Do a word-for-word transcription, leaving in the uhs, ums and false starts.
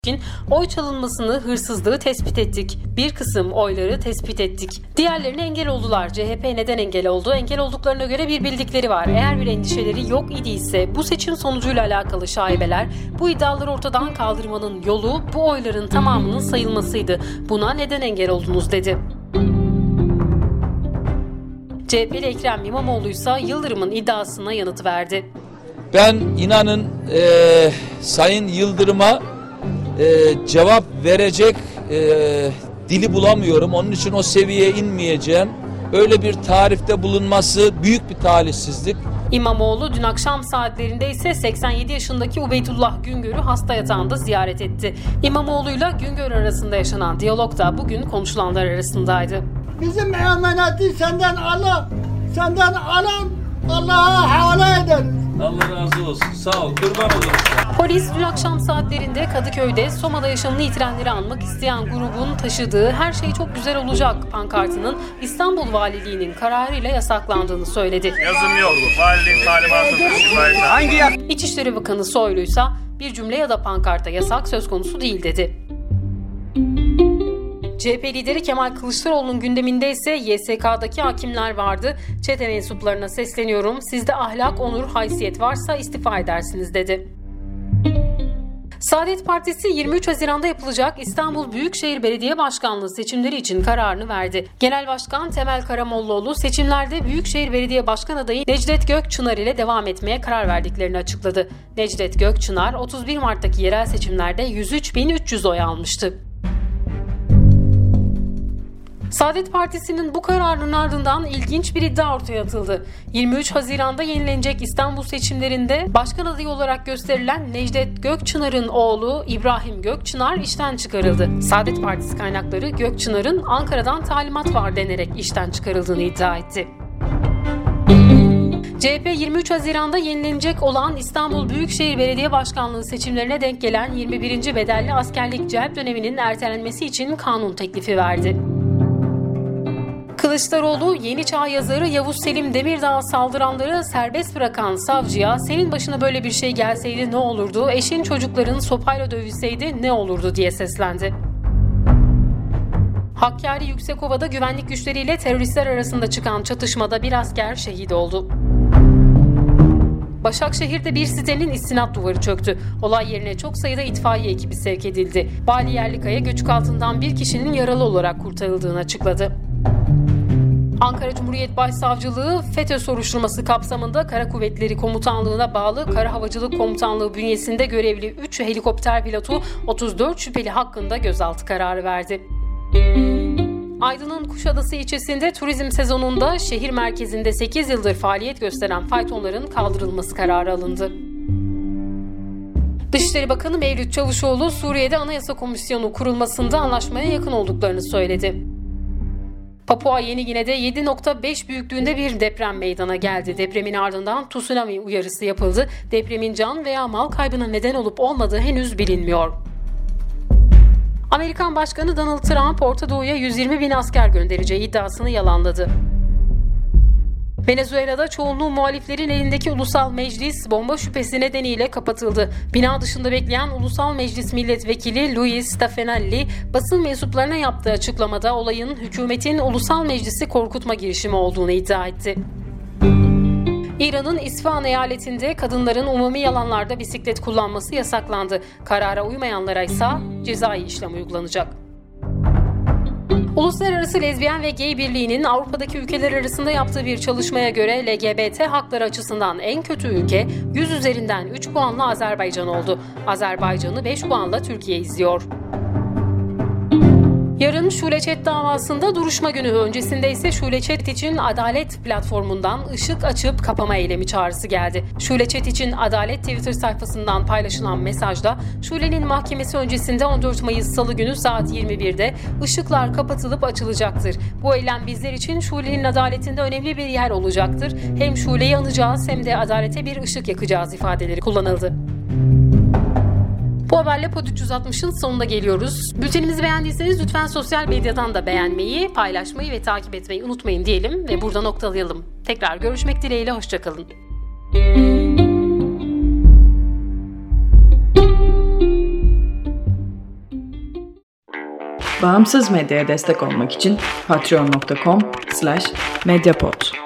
için oy çalınmasını, hırsızlığı tespit ettik. Bir kısım oyları tespit ettik. Diğerlerine engel oldular. C H P neden engel oldu? Engel olduklarına göre bir bildikleri var. Eğer bir endişeleri yok idiyse bu seçim sonucuyla alakalı şaibeler, bu iddiaları ortadan kaldırmanın yolu bu oyların tamamının sayılmasıydı. Buna neden engel oldunuz dedi. C H P'li Ekrem İmamoğlu ise Yıldırım'ın iddiasına yanıt verdi. Ben inanın e, Sayın Yıldırım'a e, cevap verecek e, dili bulamıyorum. Onun için o seviyeye inmeyeceğim. Öyle bir tarifte bulunması büyük bir talihsizlik. İmamoğlu dün akşam saatlerinde ise seksen yedi yaşındaki Ubeydullah Güngör'ü hasta yatağında ziyaret etti. İmamoğlu'yla Güngör arasında yaşanan diyalog da bugün konuşulanlar arasındaydı. Bizim emaneti senden Allah, senden alan Allah'a havale ederiz. Allah razı olsun. Sağ ol. Kurban olurum. Polis dün akşam saatlerinde Kadıköy'de Soma'da yaşamını yitirenleri anmak isteyen grubun taşıdığı "Her şey çok güzel olacak" pankartının İstanbul Valiliği'nin kararıyla yasaklandığını söyledi. Yazım yok. Valiliğin talimatı. Hangi yak? İçişleri Bakanı Soylu'ysa bir cümle ya da pankarta yasak söz konusu değil dedi. C H P lideri Kemal Kılıçdaroğlu'nun gündeminde ise Y S K'daki hakimler vardı. Çete mensuplarına sesleniyorum. Sizde ahlak, onur, haysiyet varsa istifa edersiniz dedi. Saadet Partisi yirmi üç Haziran'da yapılacak İstanbul Büyükşehir Belediye Başkanlığı seçimleri için kararını verdi. Genel Başkan Temel Karamollaoğlu seçimlerde Büyükşehir Belediye Başkan adayı Necdet Gökçınar ile devam etmeye karar verdiklerini açıkladı. Necdet Gökçınar otuz bir Mart'taki yerel seçimlerde yüz üç bin üç yüz oy almıştı. Saadet Partisi'nin bu kararının ardından ilginç bir iddia ortaya atıldı. yirmi üç Haziran'da yenilenecek İstanbul seçimlerinde başkan adayı olarak gösterilen Necdet Gökçınar'ın oğlu İbrahim Gökçınar işten çıkarıldı. Saadet Partisi kaynakları Gökçınar'ın Ankara'dan talimat var denerek işten çıkarıldığını iddia etti. C H P yirmi üç Haziran'da yenilenecek olan İstanbul Büyükşehir Belediye Başkanlığı seçimlerine denk gelen yirmi birinci bedelli askerlik celp döneminin ertelenmesi için kanun teklifi verdi. Kılıçdaroğlu, Yeni Çağ yazarı Yavuz Selim Demirdağ'a saldıranları serbest bırakan savcıya "Senin başına böyle bir şey gelseydi ne olurdu, eşin çocukların sopayla dövülseydi ne olurdu?" diye seslendi. Hakkari Yüksekova'da güvenlik güçleriyle teröristler arasında çıkan çatışmada bir asker şehit oldu. Başakşehir'de bir sitenin istinat duvarı çöktü. Olay yerine çok sayıda itfaiye ekibi sevk edildi. Vali Yerlikaya göçük altından bir kişinin yaralı olarak kurtarıldığını açıkladı. Ankara Cumhuriyet Başsavcılığı FETÖ soruşturması kapsamında Kara Kuvvetleri Komutanlığı'na bağlı Kara Havacılık Komutanlığı bünyesinde görevli üç helikopter pilotu otuz dört şüpheli hakkında gözaltı kararı verdi. Aydın'ın Kuşadası ilçesinde turizm sezonunda şehir merkezinde sekiz yıldır faaliyet gösteren faytonların kaldırılması kararı alındı. Dışişleri Bakanı Mevlüt Çavuşoğlu, Suriye'de Anayasa Komisyonu kurulmasında anlaşmaya yakın olduklarını söyledi. Papua Yeni Gine'de yedi nokta beş büyüklüğünde bir deprem meydana geldi. Depremin ardından tsunami uyarısı yapıldı. Depremin can veya mal kaybına neden olup olmadığı henüz bilinmiyor. Amerikan Başkanı Donald Trump, Orta Doğu'ya yüz yirmi bin asker göndereceği iddiasını yalanladı. Venezuela'da çoğunluğu muhaliflerin elindeki Ulusal Meclis bomba şüphesi nedeniyle kapatıldı. Bina dışında bekleyen Ulusal Meclis Milletvekili Luis Staffanelli, basın mensuplarına yaptığı açıklamada olayın hükümetin Ulusal Meclisi korkutma girişimi olduğunu iddia etti. İran'ın İsfahan eyaletinde kadınların umumi alanlarda bisiklet kullanması yasaklandı. Karara uymayanlara ise cezai işlem uygulanacak. Uluslararası Lezbiyen ve Gay Birliği'nin Avrupa'daki ülkeler arasında yaptığı bir çalışmaya göre L G B T hakları açısından en kötü ülke yüz üzerinden üç puanla Azerbaycan oldu. Azerbaycan'ı beş puanla Türkiye izliyor. Yarın Şule Chat davasında duruşma günü, öncesinde ise Şule Chat için Adalet platformundan ışık açıp kapama eylemi çağrısı geldi. Şule Chat için Adalet Twitter sayfasından paylaşılan mesajda Şule'nin mahkemesi öncesinde on dört Mayıs Salı günü saat yirmi birde ışıklar kapatılıp açılacaktır. Bu eylem bizler için Şule'nin adaletinde önemli bir yer olacaktır. Hem Şule'yi anacağız hem de adalete bir ışık yakacağız ifadeleri kullanıldı. Bu haberle Pod üç yüz altmışın sonuna geliyoruz. Bültenimizi beğendiyseniz lütfen sosyal medyadan da beğenmeyi, paylaşmayı ve takip etmeyi unutmayın diyelim ve burada noktalayalım. Tekrar görüşmek dileğiyle, hoşçakalın. Bağımsız medyaya destek olmak için patreon nokta com slash medyapod.